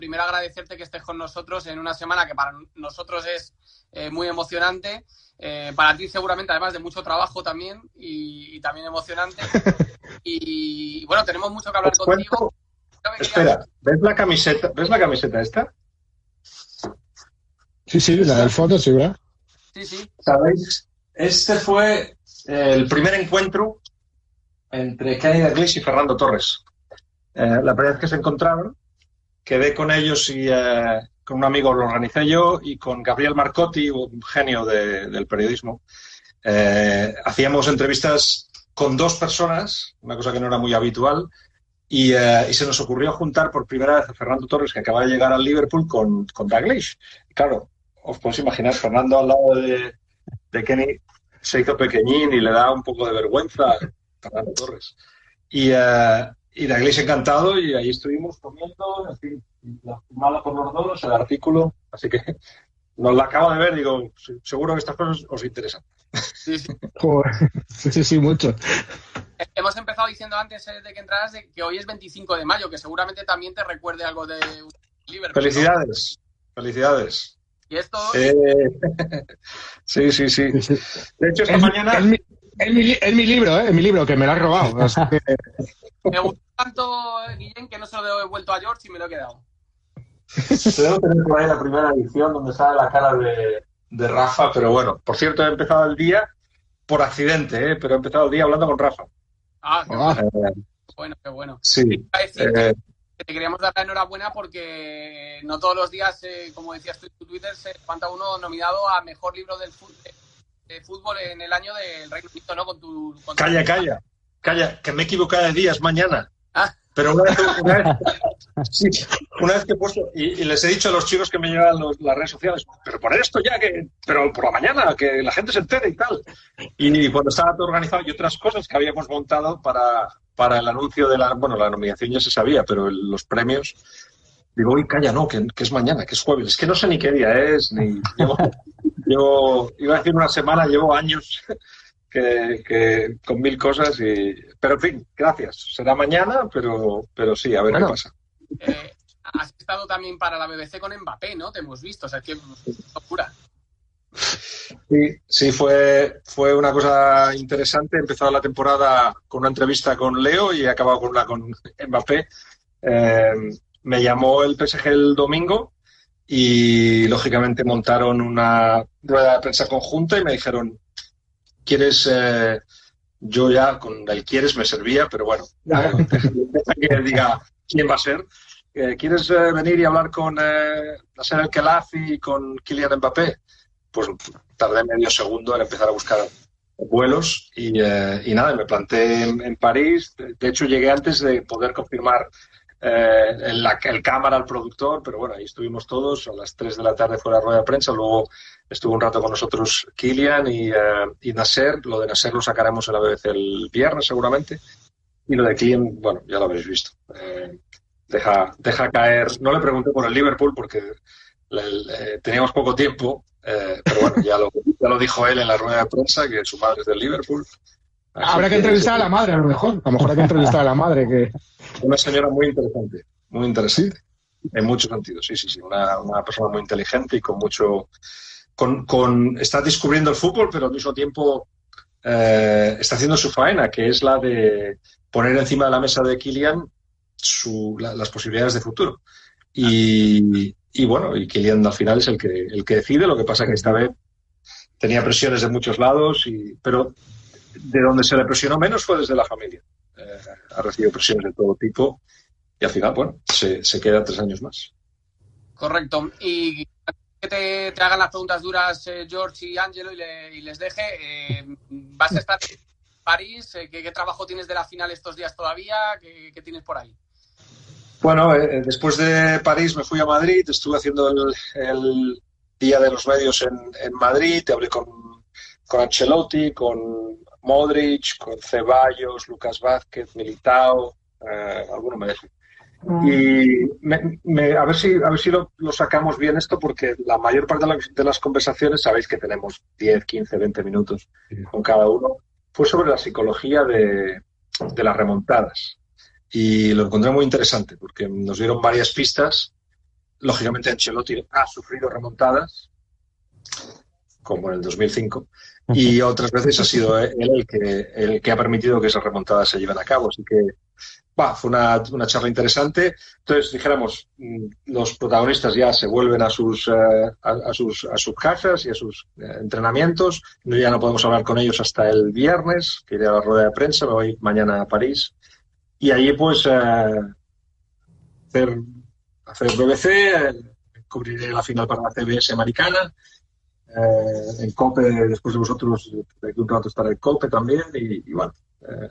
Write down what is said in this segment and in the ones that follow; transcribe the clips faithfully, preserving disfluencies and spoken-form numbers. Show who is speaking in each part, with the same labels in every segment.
Speaker 1: primero agradecerte que estés con nosotros en una semana que para nosotros es eh, muy emocionante. Eh, para ti seguramente, además de mucho trabajo también y, y también emocionante. Y, y bueno, tenemos mucho que hablar
Speaker 2: Os
Speaker 1: contigo.
Speaker 2: Cuento... Espera, ¿ves la camiseta? ¿Ves la camiseta esta?
Speaker 3: Sí, sí, la del fondo, sí, ¿verdad?
Speaker 1: Sí, sí.
Speaker 2: ¿Sabéis? Este fue el primer encuentro entre Kenny Dalglish y Fernando Torres. Eh, la primera vez que se encontraron, quedé con ellos y eh, con un amigo lo organicé yo y con Gabriel Marcotti, un genio de, del periodismo. Eh, hacíamos entrevistas con dos personas, una cosa que no era muy habitual, y, eh, y se nos ocurrió juntar por primera vez a Fernando Torres, que acaba de llegar al Liverpool, con, con Dalglish. Y claro, os podéis imaginar, Fernando al lado de, de Kenny se hizo pequeñín y le da un poco de vergüenza a Fernando Torres. Y, uh, y Dalglish encantado, y ahí estuvimos comiendo, en fin, la firmada por los dos, el artículo, así que nos la acabo de ver, digo, seguro que estas cosas os interesan.
Speaker 1: Sí, sí.
Speaker 3: sí, sí, sí, mucho.
Speaker 1: Hemos empezado diciendo antes de que entraras de que hoy es veinticinco de mayo, que seguramente también te recuerde algo de Liverpool.
Speaker 2: Felicidades, ¿no? Felicidades.
Speaker 1: ¿Y esto?
Speaker 2: Eh, sí, sí, sí. De hecho, esta
Speaker 3: es,
Speaker 2: mañana...
Speaker 3: Es mi, es, mi, es mi libro, ¿eh? Es mi libro, que me lo has robado. O sea que...
Speaker 1: Me gustó tanto, Guillén, que no se lo he devuelto a George y me lo he quedado.
Speaker 2: Debo tener por ahí la primera edición donde sale la cara de, de Rafa, pero bueno, por cierto, he empezado el día por accidente, ¿eh? Pero he empezado el día hablando con Rafa.
Speaker 1: Ah, qué
Speaker 3: ah.
Speaker 1: bueno.
Speaker 2: Eh,
Speaker 1: Qué bueno, qué bueno.
Speaker 2: Sí.
Speaker 1: Eh, te queríamos dar la enhorabuena porque no todos los días, eh, como decías tú en tu Twitter, se levanta uno nominado a mejor libro del fútbol, de fútbol en el año del Reino Unido, ¿no? Con tu, con tu...
Speaker 2: Calla, calla, calla, que me he equivocado de días mañana.
Speaker 1: Ah.
Speaker 2: Pero una vez, una vez, sí, una vez que he puesto, y, y les he dicho a los chicos que me llevan los, las redes sociales, pero poner esto ya, que pero por la mañana, que la gente se entere y tal. Y cuando estaba todo organizado y otras cosas que habíamos montado para, para el anuncio de la, bueno, la nominación ya se sabía, pero el, los premios, digo, uy, calla, no, que, que es mañana, que es jueves. Es que no sé ni qué día es, ni llevo, llevo iba a decir una semana, llevo años... Que, que con mil cosas y pero en fin, gracias, será mañana, pero pero sí, a ver bueno, qué pasa.
Speaker 1: Eh, has estado también para la B B C con Mbappé, ¿no? Te hemos visto, o sea, qué locura.
Speaker 2: Sí, sí, fue fue una cosa interesante. He empezado la temporada con una entrevista con Leo y he acabado con una con Mbappé. Eh, me llamó el P S G el domingo y lógicamente montaron una rueda de prensa conjunta y me dijeron, ¿quieres? Eh, yo ya con el quieres me servía, pero bueno, eh, que diga quién va a ser. Eh, ¿Quieres eh, venir y hablar con eh, Nasser El-Khelaifi y con Kylian Mbappé? Pues tardé medio segundo en empezar a buscar vuelos y, eh, y nada, me planté en, en París. De hecho, llegué antes de poder confirmar eh, el, el cámara al productor, pero bueno, ahí estuvimos todos. A las tres de la tarde fue la rueda de prensa, luego estuvo un rato con nosotros Kylian y, uh, y Nasser. Lo de Nasser lo sacaremos en la B B C el viernes seguramente. Y lo de Kylian, bueno, ya lo habéis visto. Eh, deja, deja caer. No le pregunté por el Liverpool porque le, le, teníamos poco tiempo, eh, pero bueno, ya lo, ya lo dijo él en la rueda de prensa, que su madre es del Liverpool.
Speaker 3: Así Habrá que, que entrevistar a la madre, a lo mejor. A lo mejor hay que entrevistar a la madre. Que...
Speaker 2: Una señora muy interesante, muy interesante. ¿Sí? En muchos sentidos, sí, sí, sí. Una, una persona muy inteligente y con mucho... Con, con, está descubriendo el fútbol, pero al mismo tiempo eh, está haciendo su faena, que es la de poner encima de la mesa de Kylian su, la, las posibilidades de futuro. Y, y bueno, y Kylian al final es el que, el que decide. Lo que pasa que esta vez tenía presiones de muchos lados, y, pero de donde se le presionó menos fue desde la familia. Eh, ha recibido presiones de todo tipo y al final, bueno, se, se queda tres años más.
Speaker 1: Correcto. Y que te, te hagan las preguntas duras eh, George y Angelo y, le, y les deje. Eh, ¿Vas a estar en París? Eh, ¿qué, ¿Qué trabajo tienes de la final estos días todavía? ¿Qué, qué tienes por ahí?
Speaker 2: Bueno, eh, después de París me fui a Madrid, estuve haciendo el, el Día de los Medios en, en Madrid, te hablé con, con Ancelotti, con Modric, con Ceballos, Lucas Vázquez, Militao, eh, alguno me deje. Y me, me, a ver si, a ver si lo, lo sacamos bien esto, porque la mayor parte de, la, de las conversaciones, sabéis que tenemos diez, quince, veinte minutos con cada uno, fue sobre la psicología de, de las remontadas. Y lo encontré muy interesante, porque nos dieron varias pistas lógicamente Ancelotti ha sufrido remontadas, como en el dos mil cinco, y otras veces ha sido él el que, el que ha permitido que esas remontadas se lleven a cabo. Así que bah, fue una, una charla interesante. Entonces, dijéramos, los protagonistas ya se vuelven a sus, eh, a, a sus, a sus casas y a sus eh, entrenamientos. Ya no podemos hablar con ellos hasta el viernes, que iré a la rueda de prensa, me voy mañana a París. Y allí, pues, eh, hacer, hacer B B C, eh, cubriré la final para la C B S americana. Eh, en COPE, después de vosotros, de aquí un rato estaré en COPE también. Y, y bueno, eh,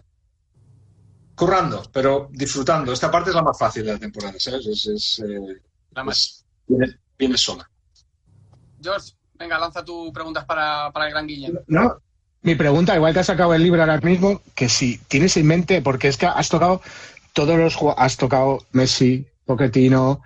Speaker 2: currando, pero disfrutando. Esta parte es la más fácil de la temporada, ¿sabes? Es, es, eh,
Speaker 1: la más.
Speaker 2: Es, viene, viene sola.
Speaker 1: George, venga, lanza tus preguntas para, para el gran Guillem.
Speaker 3: No, mi pregunta, igual que has sacado el libro ahora mismo, que si tienes en mente, porque es que has tocado todos los jugadores, has tocado Messi, Pochettino,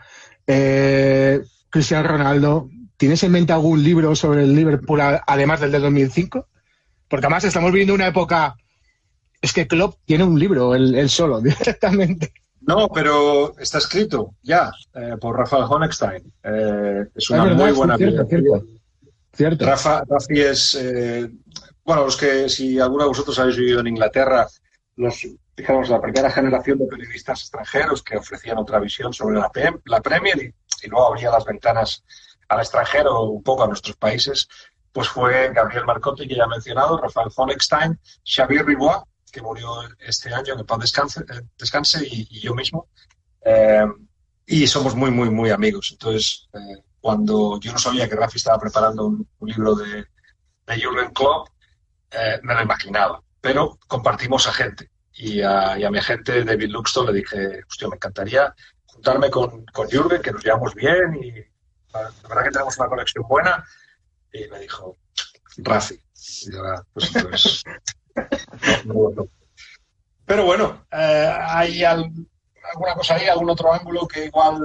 Speaker 3: eh, Cristiano Ronaldo. ¿Tienes en mente algún libro sobre el Liverpool, además del de dos mil cinco? Porque además estamos viviendo una época... Es que Klopp tiene un libro, él, él solo, directamente.
Speaker 2: No, pero está escrito ya eh, por Rafael Honigstein. Eh, es una
Speaker 3: es verdad,
Speaker 2: muy buena
Speaker 3: sí, cierto, cierto, cierto.
Speaker 2: Rafa, Rafi es... Eh, bueno, los que, si alguno de vosotros habéis vivido en Inglaterra, los, digamos, la primera generación de periodistas extranjeros que ofrecían otra visión sobre la, P M, la Premier y, y luego abría las ventanas al extranjero, un poco a nuestros países, pues fue Gabriel Marcotti, que ya he mencionado, Rafael Honigstein, Xavier Ribois, que murió este año, que en paz descanse, eh, descanse y, y yo mismo. Eh, y somos muy, muy, muy amigos. Entonces, eh, cuando yo no sabía que Rafi estaba preparando un, un libro de, de Jürgen Klopp, eh, me lo imaginaba. Pero compartimos agente. Y a, y a mi agente, David Luxton, le dije, hostia, me encantaría juntarme con, con Jürgen, que nos llevamos bien y la verdad que tenemos una conexión buena. Y me dijo, Rafi. Y yo, ah, pues entonces... no, no, no. Pero bueno, eh, hay al, alguna cosa ahí, algún otro ángulo que igual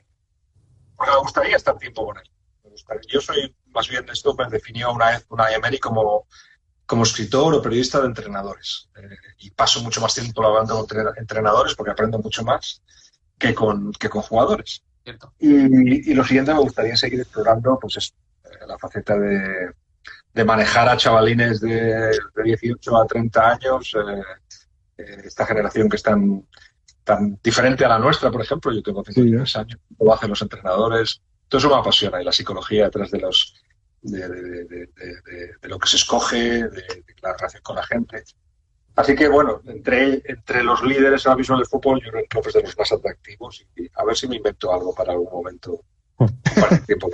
Speaker 2: bueno, me gustaría estar tiempo con él. Me gustaría. Yo soy, más bien, esto me definió una vez una Emery como, como escritor o periodista de entrenadores. Eh, y paso mucho más tiempo hablando con entrenadores porque aprendo mucho más que con, que con jugadores.
Speaker 1: Cierto.
Speaker 2: Y, y lo siguiente, me gustaría seguir explorando pues es, eh, la faceta de, de manejar a chavalines de, de dieciocho a treinta años, eh, eh, esta generación que es tan, tan diferente a la nuestra, por ejemplo. Yo tengo cincuenta y tres sí, años, lo hacen los entrenadores. Todo eso me apasiona, y la psicología detrás de los de, de, de, de, de, de lo que se escoge, de, de la relación con la gente. Así que, bueno, entre, entre los líderes ahora mismo del fútbol, yo creo que es de los más atractivos. Y a ver si me invento algo para algún momento. Para el tiempo.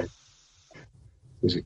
Speaker 2: Sí, sí.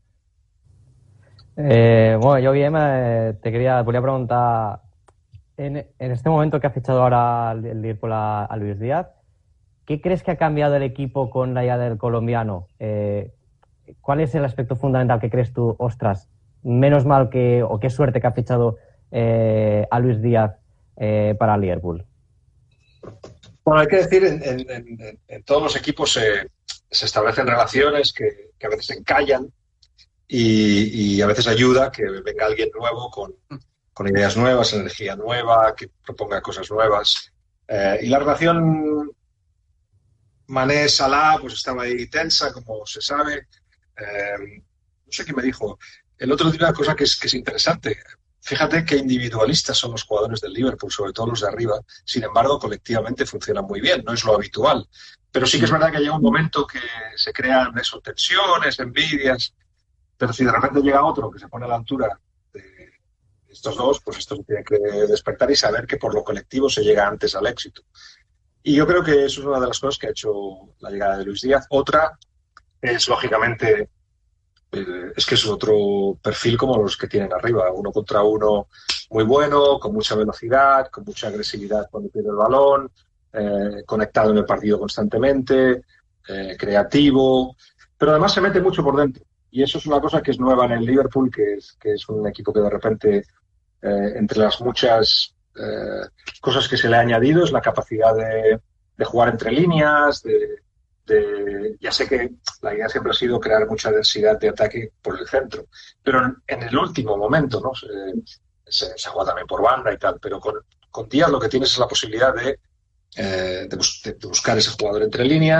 Speaker 4: Eh, bueno, yo, Guillem, eh, te quería, voy a preguntar, en, en este momento que ha fichado ahora el Liverpool a, a Luis Díaz, ¿qué crees que ha cambiado el equipo con la llegada del colombiano? Eh, ¿Cuál es el aspecto fundamental que crees tú, ostras, menos mal que, o qué suerte que ha fichado Eh, a Luis Díaz eh, para Liverpool?
Speaker 2: Bueno, hay que decir, en, en, en, en todos los equipos se, se establecen relaciones que, que a veces se encallan y, y a veces ayuda que venga alguien nuevo con, con ideas nuevas, energía nueva, que proponga cosas nuevas. Eh, y la relación Mané-Salah pues estaba ahí tensa, como se sabe. Eh, no sé qué me dijo. El otro día una cosa que es, que es interesante. Fíjate qué individualistas son los jugadores del Liverpool, sobre todo los de arriba. Sin embargo, colectivamente funcionan muy bien, no es lo habitual. Pero sí que es verdad que llega un momento que se crean eso, tensiones, envidias. Pero si de repente llega otro que se pone a la altura de estos dos, pues esto se tiene que despertar y saber que por lo colectivo se llega antes al éxito. Y yo creo que eso es una de las cosas que ha hecho la llegada de Luis Díaz. Otra es, lógicamente... es que es otro perfil como los que tienen arriba, uno contra uno muy bueno, con mucha velocidad, con mucha agresividad cuando pierde el balón, eh, conectado en el partido constantemente, eh, creativo, pero además se mete mucho por dentro, y eso es una cosa que es nueva en el Liverpool, que es, que es un equipo que de repente, eh, entre las muchas eh, cosas que se le ha añadido, es la capacidad de, de jugar entre líneas, de De, ya sé que la idea siempre ha sido crear mucha densidad de ataque por el centro, pero en, en el último momento, ¿no? Se, se, se juega también por banda y tal, pero con, con Díaz lo que tienes es la posibilidad de, eh, de, bus, de, de buscar ese jugador entre líneas,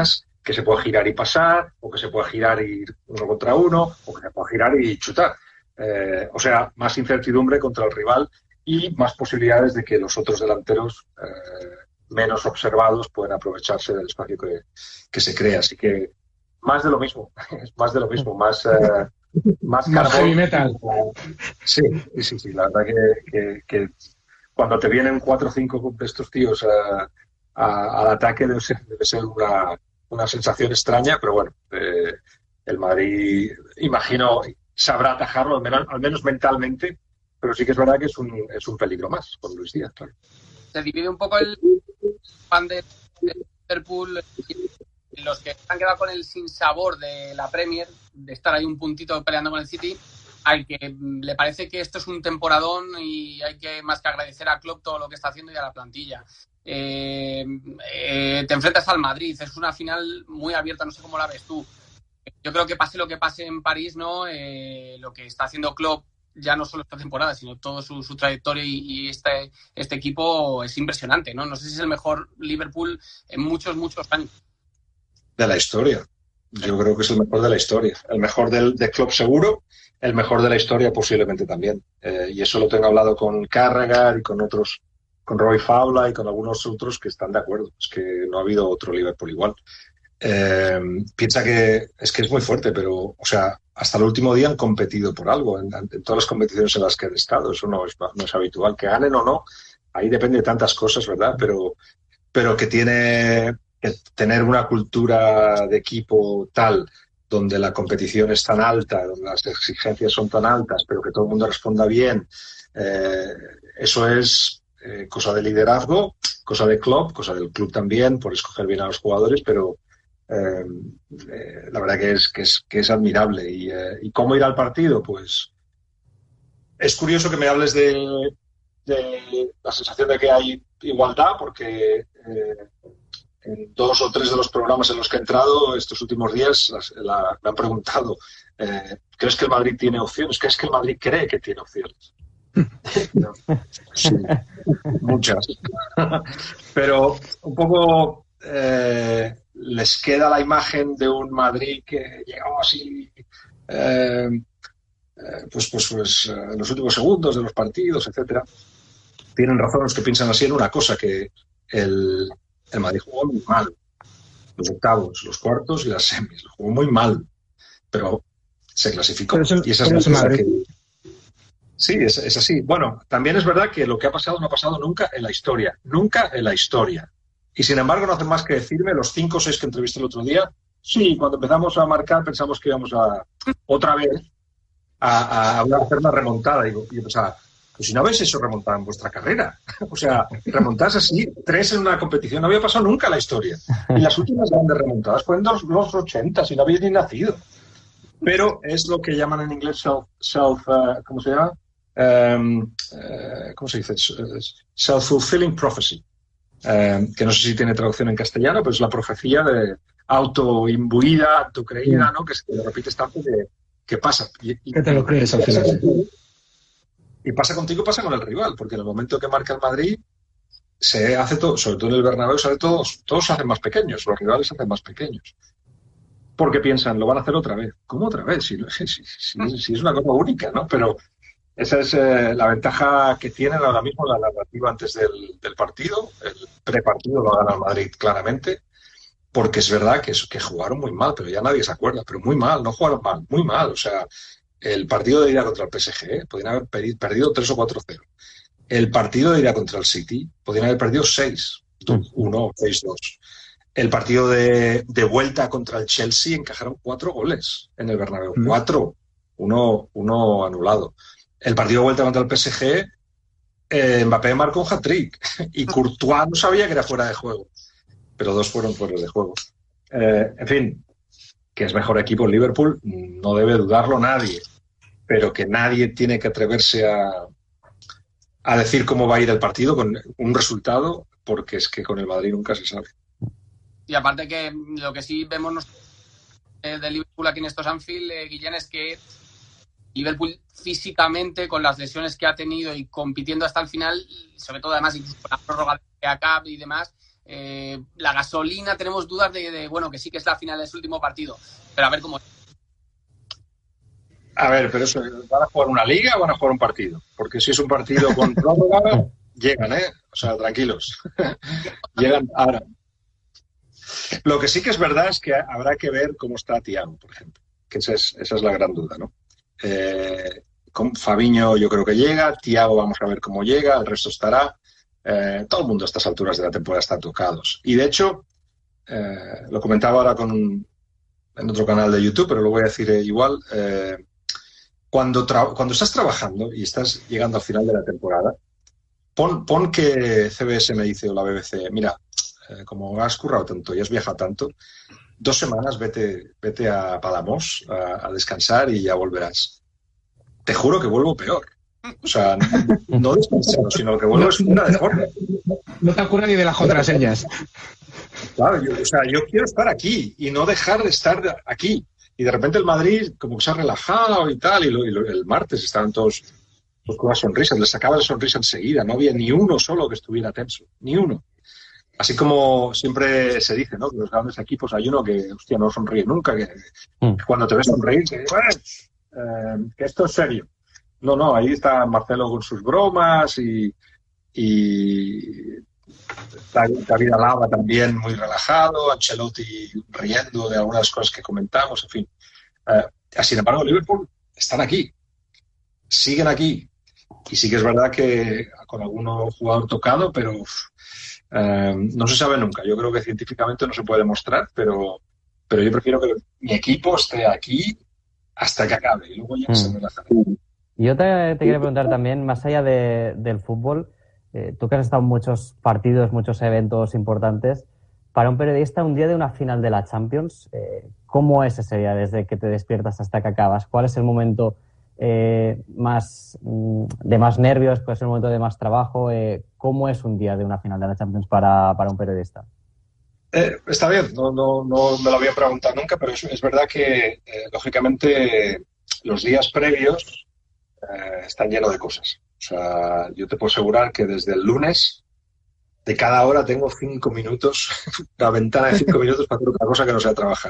Speaker 2: que se pueda girar y pasar, o que se pueda girar y ir uno contra uno, o que se pueda girar y chutar. Eh, o sea, más incertidumbre contra el rival y más posibilidades de que los otros delanteros eh, menos observados puedan aprovecharse del espacio que, que se crea. Así que más de lo mismo, es más de lo mismo, más... Eh, Más,
Speaker 3: más heavy metal.
Speaker 2: Sí, sí, sí, la verdad que, que, que cuando te vienen cuatro o cinco de estos tíos a, a, al ataque debe ser, debe ser una, una sensación extraña, pero bueno, eh, el Madrid, imagino, sabrá atajarlo, al menos, al menos mentalmente, pero sí que es verdad que es un, es un peligro más con Luis Díaz, claro.
Speaker 1: Se divide un poco el fan de, de Liverpool, los que han quedado con el sinsabor de la Premier, de estar ahí un puntito peleando con el City, al que le parece que esto es un temporadón y hay que más que agradecer a Klopp todo lo que está haciendo y a la plantilla. Eh, eh, te enfrentas al Madrid, es una final muy abierta, no sé cómo la ves tú. Yo creo que pase lo que pase en París, ¿no? Eh, lo que está haciendo Klopp, ya no solo esta temporada, sino toda su, su trayectoria y, y este, este equipo es impresionante, ¿no? No sé si es el mejor Liverpool en muchos, muchos años.
Speaker 2: De la historia. Yo creo que es el mejor de la historia. El mejor del de Klopp seguro, el mejor de la historia posiblemente también. Eh, y eso lo tengo hablado con Carragher y con otros, con Roy Fowler y con algunos otros que están de acuerdo. Es que no ha habido otro Liverpool igual. Eh, piensa que es que es muy fuerte, pero, o sea, hasta el último día han competido por algo en, en todas las competiciones en las que han estado. Eso no es, no es habitual. Que ganen o no, ahí depende de tantas cosas, ¿verdad? Pero, pero que tiene... que tener una cultura de equipo tal, donde la competición es tan alta, donde las exigencias son tan altas, pero que todo el mundo responda bien, eh, eso es eh, cosa de liderazgo, cosa de Klopp, cosa del club también, por escoger bien a los jugadores, pero eh, eh, la verdad que es, que es, que es admirable. Y, eh, ¿Y cómo ir al partido? Pues es curioso que me hables de, de la sensación de que hay igualdad, porque... Eh, en dos o tres de los programas en los que he entrado estos últimos días la, la, me han preguntado eh, ¿crees que el Madrid tiene opciones? ¿Crees que el Madrid cree que tiene opciones? No. Sí, muchas. Pero un poco eh, les queda la imagen de un Madrid que llegaba así eh, eh, pues, pues, pues en los últimos segundos de los partidos, etcétera. Tienen razón los que piensan así en una cosa, que el El Madrid jugó muy mal. Los octavos, los cuartos y las semis. Lo jugó muy mal. Pero se clasificó.
Speaker 3: Pero eso,
Speaker 2: y esa es la cosa que... Sí, es, es así. Bueno, también es verdad que lo que ha pasado no ha pasado nunca en la historia. Nunca en la historia. Y sin embargo no hacen más que decirme los cinco o seis que entrevisté el otro día. Sí, cuando empezamos a marcar pensamos que íbamos a otra vez a, a, a hacer una remontada. Y yo, yo pensaba... Pues si no habéis hecho remontada en vuestra carrera. O sea, remontarse así, tres en una competición, no había pasado nunca en la historia. Y las últimas grandes remontadas fueron los, los ochenta, si no habéis ni nacido. Pero es lo que llaman en inglés self, self uh, ¿cómo se llama? Um, uh, ¿Cómo se dice? Self-fulfilling prophecy. Um, que no sé si tiene traducción en castellano, pero es la profecía de autoimbuida, autocreída, ¿no? Que se te repites tanto que, que pasa. Y, y,
Speaker 3: que te lo crees al final.
Speaker 2: Y pasa contigo, pasa con el rival, porque en el momento que marca el Madrid, se hace todo, sobre todo en el Bernabéu, sobre todo, todos se hacen más pequeños, los rivales se hacen más pequeños. Porque piensan, lo van a hacer otra vez. ¿Cómo otra vez? Si, si, si, si, si es una cosa única, ¿no? Pero esa es eh, la ventaja que tienen ahora mismo la narrativa antes del, del partido. El prepartido lo ha ganado el Madrid claramente, porque es verdad que, que jugaron muy mal, pero ya nadie se acuerda, pero muy mal, no jugaron mal, muy mal, o sea... El partido de ida contra el P S G, ¿eh? Podrían haber perdido tres o cuatro cero. El partido de ida contra el City, podrían haber perdido seis uno, seis dos. El partido de, de vuelta contra el Chelsea encajaron cuatro goles en el Bernabéu. Mm. Cuatro. Uno, uno anulado. El partido de vuelta contra el P S G, eh, Mbappé marcó un hat-trick. Y Courtois no sabía que era fuera de juego. Pero dos fueron fuera de juego. Eh, en fin... que es mejor equipo en Liverpool, no debe dudarlo nadie, pero que nadie tiene que atreverse a, a decir cómo va a ir el partido con un resultado, porque es que con el Madrid nunca se sabe.
Speaker 1: Y aparte que lo que sí vemos eh, de Liverpool aquí en estos Anfield, eh, Guillén, es que Liverpool físicamente, con las lesiones que ha tenido y compitiendo hasta el final, sobre todo además incluso con la prórroga de Cup y demás, Eh, la gasolina, tenemos dudas de, de, bueno, que sí que es la final de su último partido, pero a ver cómo...
Speaker 2: A ver, pero eso, ¿van a jugar una liga o van a jugar un partido? Porque si es un partido con prórroga, llegan, ¿eh? O sea, tranquilos. Llegan ahora. Lo que sí que es verdad es que habrá que ver cómo está Thiago, por ejemplo, que esa es, esa es la gran duda, ¿no? Eh, con Fabinho yo creo que llega, Thiago vamos a ver cómo llega, el resto estará. Eh, todo el mundo a estas alturas de la temporada está tocados. Y de hecho, eh, lo comentaba ahora con un, en otro canal de YouTube, pero lo voy a decir eh, igual. Eh, cuando, tra- cuando estás trabajando y estás llegando al final de la temporada, pon, pon que C B S me dice o la B B C, mira, eh, como has currado tanto y has viajado tanto, dos semanas vete, vete a Palamos a, a descansar y ya volverás. Te juro que vuelvo peor. O sea, no, no descansado, sino que vuelvo es una de forma.
Speaker 3: No te acuerdas ni de las contraseñas.
Speaker 2: Claro, yo, o sea, yo quiero estar aquí y no dejar de estar aquí. Y de repente el Madrid como que se ha relajado y tal, y, lo, y lo, el martes estaban todos pues, con una sonrisa, les sacaba la sonrisa enseguida, no había ni uno solo que estuviera tenso, ni uno. Así como siempre se dice, ¿no? Que los grandes equipos hay uno que, hostia, no sonríe nunca, que, mm. que cuando te ves sonreír, que, bueno, eh, que esto es serio. No, no, ahí está Marcelo con sus bromas y, y David Alaba también muy relajado, Ancelotti riendo de algunas cosas que comentamos, en fin. Uh, sin embargo, Liverpool están aquí, siguen aquí. Y sí que es verdad que con algún jugador tocado, pero uh, no se sabe nunca. Yo creo que científicamente no se puede demostrar, pero, pero yo prefiero que mi equipo esté aquí hasta que acabe y luego ya mm. se relajará.
Speaker 4: Yo te, te quería preguntar también, más allá de, del fútbol, eh, tú que has estado en muchos partidos, muchos eventos importantes, para un periodista, un día de una final de la Champions, eh, ¿cómo es ese día desde que te despiertas hasta que acabas? ¿Cuál es el momento eh, más de más nervios? ¿Cuál es el momento de más trabajo? Eh, ¿Cómo es un día de una final de la Champions para, para un periodista?
Speaker 2: Eh, está bien, no, no, no me lo había preguntado nunca, pero es, es verdad que, eh, lógicamente, los días previos Eh, están llenos de cosas. O sea, yo te puedo asegurar que desde el lunes, de cada hora tengo cinco minutos, una ventana de cinco minutos para hacer otra cosa que no sea trabajar.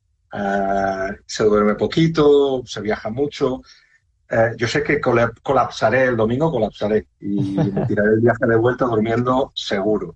Speaker 2: Eh, se duerme poquito, se viaja mucho. Eh, yo sé que colap- colapsaré el domingo, colapsaré y me tiraré el viaje de vuelta durmiendo seguro.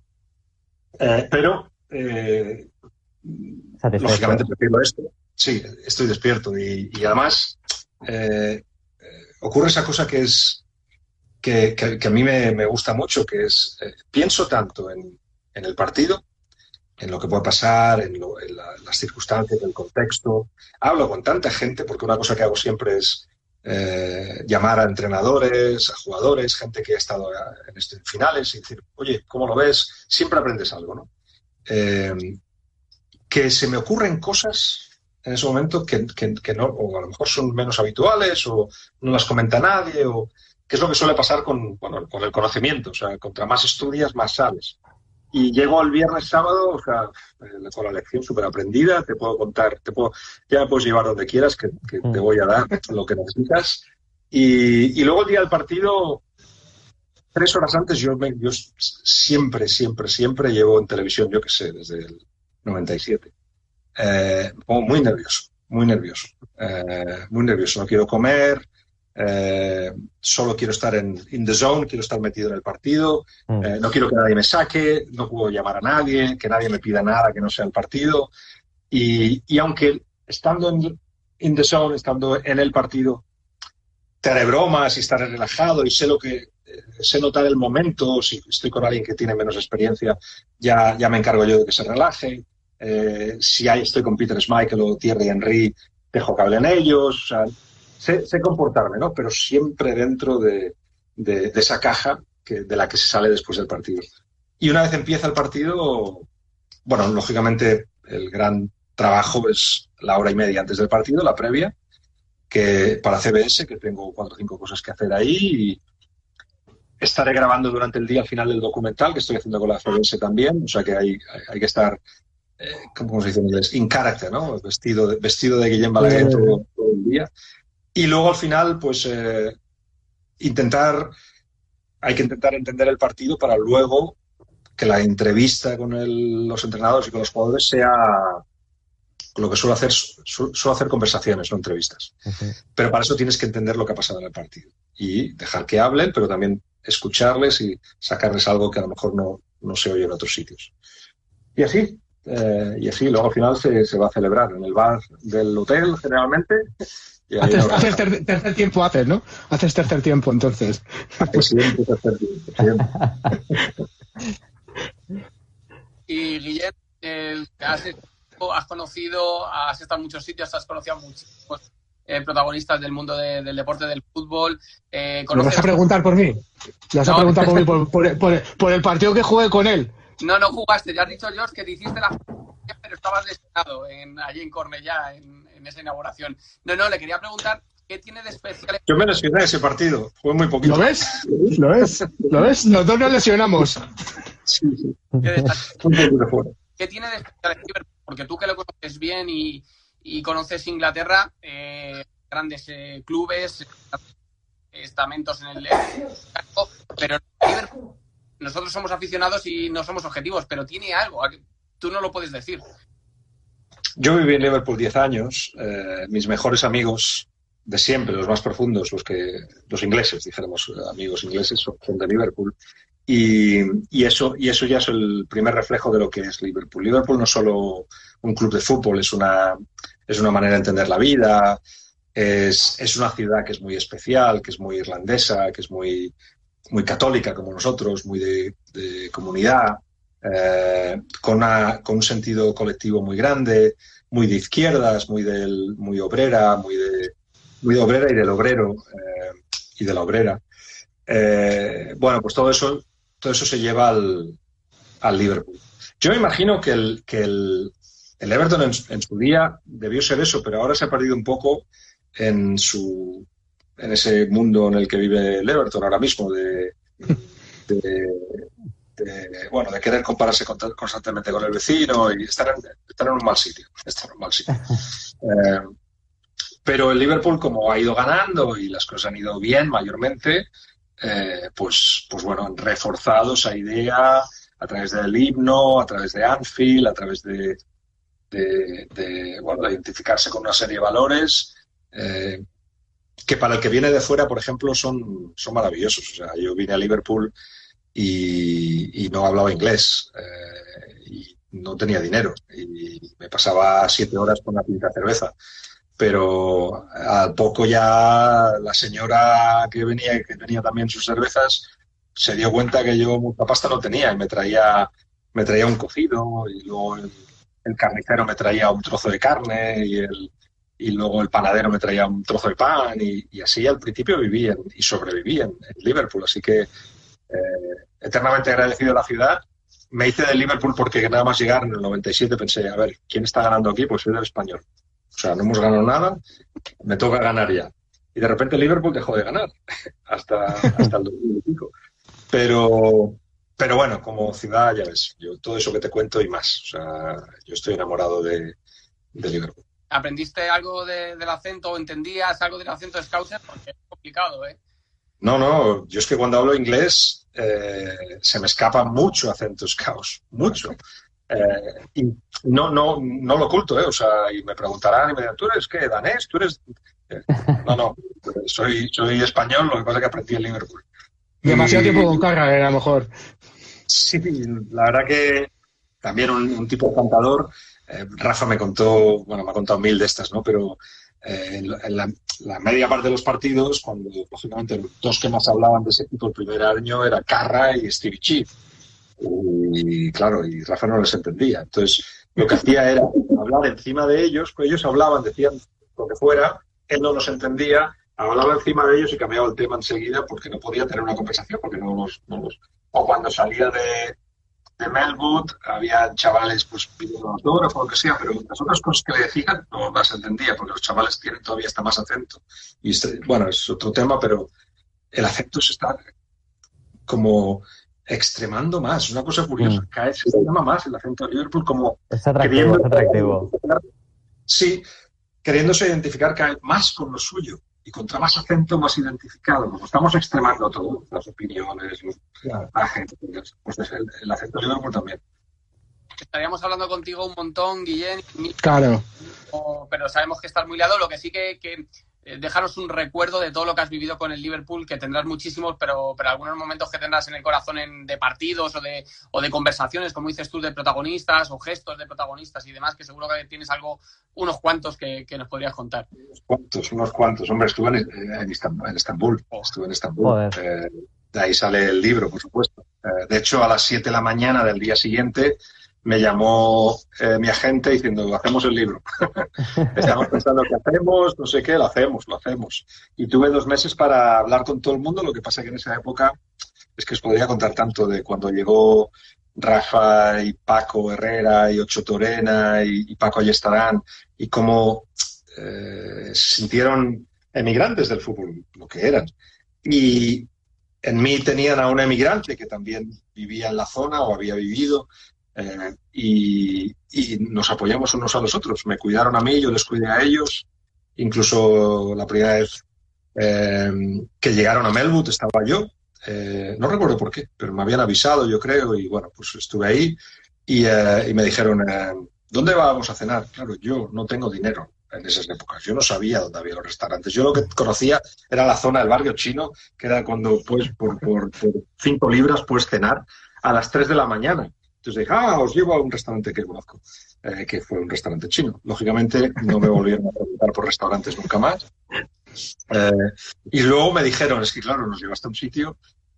Speaker 2: Eh, pero, eh, lógicamente prefiero esto. Sí, estoy despierto y, y además... Eh, ocurre esa cosa que es que, que, que a mí me, me gusta mucho, que es eh, pienso tanto en, en el partido, en lo que puede pasar, en, lo, en la, las circunstancias, en el contexto. Hablo con tanta gente, porque una cosa que hago siempre es eh, llamar a entrenadores, a jugadores, gente que ha estado en, este, en finales y decir, oye, ¿cómo lo ves? Siempre aprendes algo, ¿no? Eh, que se me ocurren cosas en ese momento que, que, que no, o a lo mejor son menos habituales o no las comenta nadie, o que es lo que suele pasar con, bueno, con el conocimiento. O sea, contra más estudias, más sabes. Y llego el viernes, sábado, o sea, con la lección súper aprendida, te puedo contar, te puedo, ya me puedes llevar donde quieras, que, que te voy a dar lo que necesitas. Y, y luego el día del partido, tres horas antes, yo, me, yo siempre, siempre, siempre llevo en televisión, yo qué sé, desde el noventa y siete. Eh, me pongo muy nervioso, muy nervioso, eh, muy nervioso. No quiero comer, eh, solo quiero estar en in the zone, quiero estar metido en el partido, eh, no quiero que nadie me saque, no puedo llamar a nadie, que nadie me pida nada que no sea el partido. Y, y aunque estando en in the zone, estando en el partido, te haré bromas y estaré relajado y sé lo que eh, sé notar el momento. Si estoy con alguien que tiene menos experiencia, ya, ya me encargo yo de que se relaje. Eh, si hay, estoy con Peter Schmeichel o Thierry Henry, dejo que hablen ellos. O sea, sé, sé comportarme, ¿no? Pero siempre dentro de, de, de esa caja que, de la que se sale después del partido. Y una vez empieza el partido, bueno, lógicamente el gran trabajo es la hora y media antes del partido, la previa, que para C B S, que tengo cuatro o cinco cosas que hacer ahí, y estaré grabando durante el día al final del documental, que estoy haciendo con la C B S también, o sea que hay, hay que estar... Eh, ¿cómo se dice en inglés? In character, ¿no? Vestido de, vestido de Guillem Balaguer todo, todo el día. Y luego al final, pues, eh, intentar, hay que intentar entender el partido para luego que la entrevista con el, los entrenadores y con los jugadores sea lo que suelo hacer, su, suelo hacer conversaciones, no entrevistas. Uh-huh. Pero para eso tienes que entender lo que ha pasado en el partido y dejar que hablen, pero también escucharles y sacarles algo que a lo mejor no, no se oye en otros sitios. Y así, eh, y así, luego al final se, se va a celebrar en el bar del hotel, generalmente. Y ahí
Speaker 3: haces,
Speaker 2: no
Speaker 3: haces ter, tercer tiempo, haces, ¿no? Haces tercer tiempo, entonces.
Speaker 2: Haces siempre tercer tiempo, siempre.
Speaker 1: Y Guillem, eh, has, has conocido, has estado en muchos sitios, has conocido a muchísimos eh, protagonistas del mundo de, del deporte, del fútbol. Eh,
Speaker 3: ¿Me vas a preguntar por mí? ¿Me vas no. a preguntar por mí por, por, por, por el partido que jugué con él?
Speaker 1: No, no jugaste. Ya has dicho, George, que te hiciste la... pero estabas lesionado en, allí en Cornellá, en, en esa inauguración. No, no, le quería preguntar qué tiene de especial...
Speaker 2: Yo me lesioné ese partido. Fue muy poquito.
Speaker 3: ¿Lo ves? ¿Lo ves? ¿Lo ves? Los dos nos lesionamos.
Speaker 2: Sí, sí. ¿Qué,
Speaker 1: ¿Qué tiene de especial el Liverpool? Porque tú que lo conoces bien y, y conoces Inglaterra, eh, grandes eh, clubes, estamentos en el... Pero el Liverpool... Nosotros somos aficionados y no somos objetivos, pero tiene algo, tú no lo puedes decir.
Speaker 2: Yo viví en Liverpool diez años, eh, mis mejores amigos de siempre, los más profundos, los que los ingleses, dijéramos, amigos ingleses, son, son de Liverpool, y, y, eso, y eso ya es el primer reflejo de lo que es Liverpool. Liverpool no es solo un club de fútbol, es una, es una manera de entender la vida, es, es una ciudad que es muy especial, que es muy irlandesa, que es muy... muy católica como nosotros, muy de, de comunidad, eh, con, una, con un sentido colectivo muy grande, muy de izquierdas, muy del, muy obrera, muy de, muy de obrera y del obrero eh, y de la obrera. Eh, bueno, pues todo eso, todo eso se lleva al, al Liverpool. Yo me imagino que el, que el, el Everton en, en su día debió ser eso, pero ahora se ha perdido un poco en su en ese mundo en el que vive el Everton ahora mismo, de, de, de bueno, de querer compararse constantemente con el vecino y estar en, estar en un mal sitio. Estar en un mal sitio. Eh, pero el Liverpool, como ha ido ganando y las cosas han ido bien mayormente, eh, pues, pues bueno, han reforzado esa idea a través del himno, a través de Anfield, a través de, de, de, bueno, de identificarse con una serie de valores eh, que para el que viene de fuera, por ejemplo, son, son maravillosos. O sea, yo vine a Liverpool y, y no hablaba inglés eh, y no tenía dinero y me pasaba siete horas con una pinta de cerveza. Pero al poco ya la señora que venía, que tenía también sus cervezas, se dio cuenta que yo mucha pasta no tenía y me traía, me traía un cocido y luego el, el carnicero me traía un trozo de carne y el y luego el panadero me traía un trozo de pan y, y así al principio viví en, y sobreviví en, en Liverpool. Así que eh, eternamente agradecido a la ciudad. Me hice de Liverpool porque nada más llegar en el noventa y siete pensé, a ver, ¿quién está ganando aquí? Pues soy del Español. O sea, no hemos ganado nada, me toca ganar ya. Y de repente Liverpool dejó de ganar hasta, hasta el dos mil y pico. Pero, pero bueno, como ciudad, ya ves, yo todo eso que te cuento y más. O sea, yo estoy enamorado de, de Liverpool.
Speaker 1: ¿Aprendiste algo de, del acento o entendías algo del acento de Scouser? Porque es complicado, ¿eh?
Speaker 2: No, no, yo es que cuando hablo inglés eh, se me escapa mucho acento Scouse, mucho. Eh, y no, no, no lo oculto, ¿eh? O sea, y me preguntarán y me dirán, ¿tú eres qué, danés? ¿Tú eres...? Eh, no, no, soy, soy español, lo que pasa es que aprendí en Liverpool.
Speaker 3: Demasiado
Speaker 2: y,
Speaker 3: tiempo con carga, a lo mejor.
Speaker 2: Sí, la verdad que también un, un tipo encantador. Eh, Rafa me contó, bueno, me ha contado mil de estas, ¿no? Pero eh, en, la, en la, la media parte de los partidos, cuando, lógicamente, los dos que más hablaban de ese equipo el primer año era Carra y Stevie Chief. Y, claro, y Rafa no les entendía. Entonces, lo que hacía era hablar encima de ellos, pues ellos hablaban, decían lo que fuera, él no los entendía, hablaba encima de ellos y cambiaba el tema enseguida porque no podía tener una conversación, porque no los... No los... O cuando salía de... de Melwood, había chavales pues pidiendo autógrafo o lo que sea, pero las otras cosas que le decían no las entendía, porque los chavales tienen todavía hasta más acento. Y este, bueno, es otro tema, pero el acento se está como extremando más. Una cosa curiosa, mm. cada vez se llama más el acento de Liverpool como...
Speaker 4: Es atractivo, queriendo, es atractivo.
Speaker 2: Sí, queriéndose identificar cada vez más con lo suyo. y contra más acento, más identificado. Como estamos extremando todo, las opiniones, los, la gente, pues el, el acento de Liverpool también.
Speaker 1: Estaríamos hablando contigo un montón, Guillén.
Speaker 3: Claro.
Speaker 1: Pero sabemos que estás muy liado. Lo que sí que, que eh, déjanos un recuerdo de todo lo que has vivido con el Liverpool, que tendrás muchísimos, pero, pero algunos momentos que tendrás en el corazón en, de partidos o de, o de conversaciones, como dices tú, de protagonistas o gestos de protagonistas y demás, que seguro que tienes algo, unos cuantos que, que nos podrías contar.
Speaker 2: Unos cuantos, unos cuantos. Hombre, estuve en, en, Istambul, en Estambul. Oh. Estuve en Estambul. Eh, de ahí sale el libro, por supuesto. Eh, de hecho, a las siete de la mañana del día siguiente me llamó eh, mi agente diciendo, hacemos el libro. Estamos pensando qué hacemos, no sé qué, lo hacemos, lo hacemos. Y tuve dos meses para hablar con todo el mundo, lo que pasa que en esa época es que os podría contar tanto de cuando llegó Rafa y Paco Herrera y Ocho Torena y, y Paco Ayestarán y cómo eh, se sintieron emigrantes del fútbol, lo que eran. Y en mí tenían a un emigrante que también vivía en la zona o había vivido. Eh, y, y nos apoyamos unos a los otros. Me cuidaron a mí, yo les cuidé a ellos. Incluso la primera vez eh, que llegaron a Melwood estaba yo. Eh, no recuerdo por qué, pero me habían avisado, yo creo, y bueno, pues estuve ahí y, eh, y me dijeron, eh, ¿dónde vamos a cenar? Claro, yo no tengo dinero en esas épocas. Yo no sabía dónde había los restaurantes. Yo lo que conocía era la zona del barrio chino, que era cuando pues por, por, por cinco libras puedes cenar a las tres de la mañana. Entonces dije, ah, os llevo a un restaurante que conozco, eh, que fue un restaurante chino. Lógicamente no me volvieron a preguntar por restaurantes nunca más. Eh, y luego me dijeron, es que claro, nos llevaste a un sitio,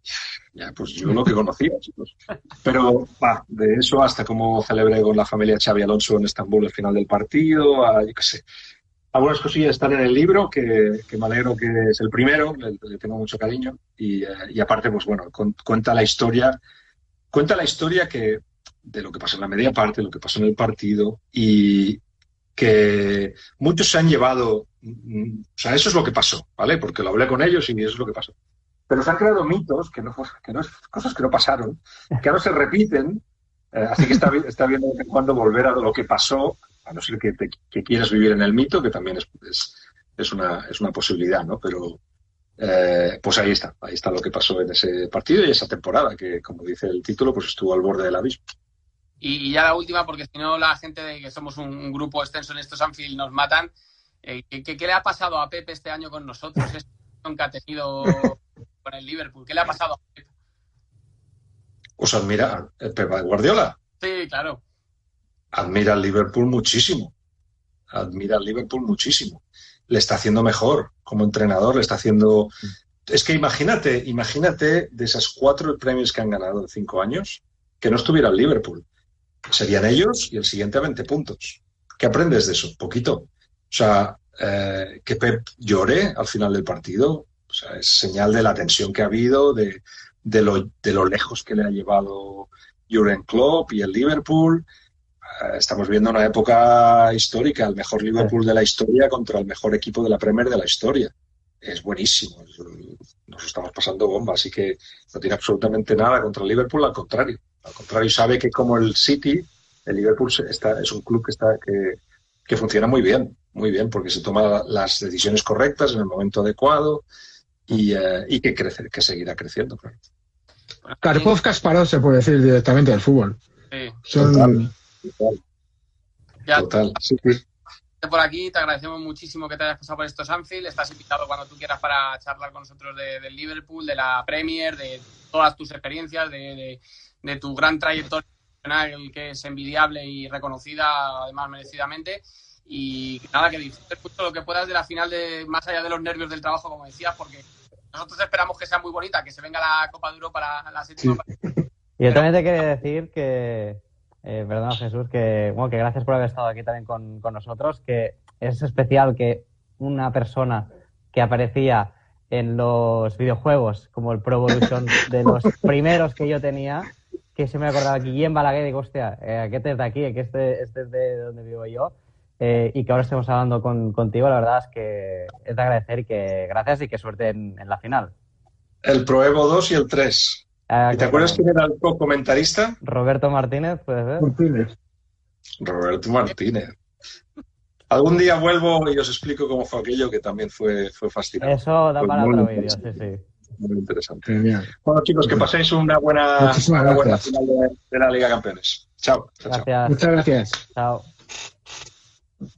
Speaker 2: ya pues yo lo que conocía, chicos. Pero va, de eso hasta cómo celebré con la familia Xabi Alonso en Estambul el final del partido, a, yo qué sé. Algunas cosillas están en el libro, que, que me alegro que es el primero, le, le tengo mucho cariño. Y, eh, y aparte, pues bueno, con, cuenta la historia, cuenta la historia que de lo que pasó en la media parte, lo que pasó en el partido y que muchos se han llevado, o sea, eso es lo que pasó, ¿vale? Porque lo hablé con ellos y eso es lo que pasó. Pero se han creado mitos, que no, que no cosas que no pasaron, que ahora se repiten, eh, así que está bien, está bien de vez en cuando volver a lo que pasó, a no ser que, te, que quieras vivir en el mito, que también es, es, es, una, es una posibilidad, ¿no? Pero Eh, pues ahí está, ahí está lo que pasó en ese partido y esa temporada, que como dice el título, pues estuvo al borde del abismo.
Speaker 1: Y ya la última, porque si no la gente de que somos un, un grupo extenso en estos Anfield nos matan. Eh, ¿qué, ¿Qué le ha pasado a Pepe este año con nosotros? Esta situación que ha tenido con el Liverpool. ¿Qué le ha pasado a Pepe?
Speaker 2: Pues admira, Pepe Guardiola.
Speaker 1: Sí, claro.
Speaker 2: Admira al Liverpool muchísimo. Admira al Liverpool muchísimo. Le está haciendo mejor como entrenador, le está haciendo... Es que imagínate, imagínate de esas cuatro premios que han ganado en cinco años, que no estuviera el Liverpool. Serían ellos y el siguiente a veinte puntos. ¿Qué aprendes de eso? Poquito. O sea, eh, que Pep llore al final del partido, o sea, es señal de la tensión que ha habido, de, de, lo, de lo lejos que le ha llevado Jürgen Klopp y el Liverpool. Estamos viendo una época histórica, el mejor Liverpool de la historia contra el mejor equipo de la Premier de la historia. Es buenísimo, nos estamos pasando bomba, así que no tiene absolutamente nada contra el Liverpool, al contrario. Al contrario, sabe que como el City, el Liverpool está, es un club que, está, que, que funciona muy bien, muy bien, porque se toma las decisiones correctas en el momento adecuado y, uh, y que, crece, que seguirá creciendo. Claro.
Speaker 3: Karpov Kasparov se puede decir directamente del fútbol.
Speaker 1: Sí.
Speaker 3: Son...
Speaker 2: Total. Total.
Speaker 1: Ya,
Speaker 2: Total. Sí, sí.
Speaker 1: Por aquí, te agradecemos muchísimo que te hayas pasado por estos Anfield. Estás invitado cuando tú quieras para charlar con nosotros de, del Liverpool, de la Premier, de todas tus experiencias, de, de, de tu gran trayectoria profesional, que es envidiable y reconocida, además merecidamente. Y nada, que disfrutes mucho lo que puedas de la final, de más allá de los nervios del trabajo, como decías, porque nosotros esperamos que sea muy bonita, que se venga la Copa de Europa para la séptima.
Speaker 4: Sí. Y yo también te quería decir que... Eh, perdona, Jesús, que, bueno, que gracias por haber estado aquí también con, con nosotros, que es especial que una persona que aparecía en los videojuegos como el Pro Evolution de los primeros que yo tenía, que se me acordaba Guillén Balaguer, y digo, hostia, eh, que este es de aquí, que este, este es de donde vivo yo, eh, y que ahora estemos hablando con, contigo, la verdad es que es de agradecer y que gracias y que suerte en, en la final.
Speaker 2: El Pro Evo dos y el tres. ¿Y te acuerdas quién era el co-comentarista?
Speaker 4: Roberto Martínez, puede ser.
Speaker 3: Martínez.
Speaker 2: Roberto Martínez. Algún día vuelvo y os explico cómo fue aquello, que también fue, fue fascinante.
Speaker 4: Eso da
Speaker 2: fue
Speaker 4: para
Speaker 2: muy
Speaker 4: otro vídeo, sí, sí.
Speaker 2: Muy interesante.
Speaker 3: Genial.
Speaker 2: Bueno, chicos, que paséis una buena, una buena final de, de la Liga de Campeones. Chao. chao, chao.
Speaker 4: Gracias.
Speaker 3: Muchas gracias.
Speaker 4: Chao.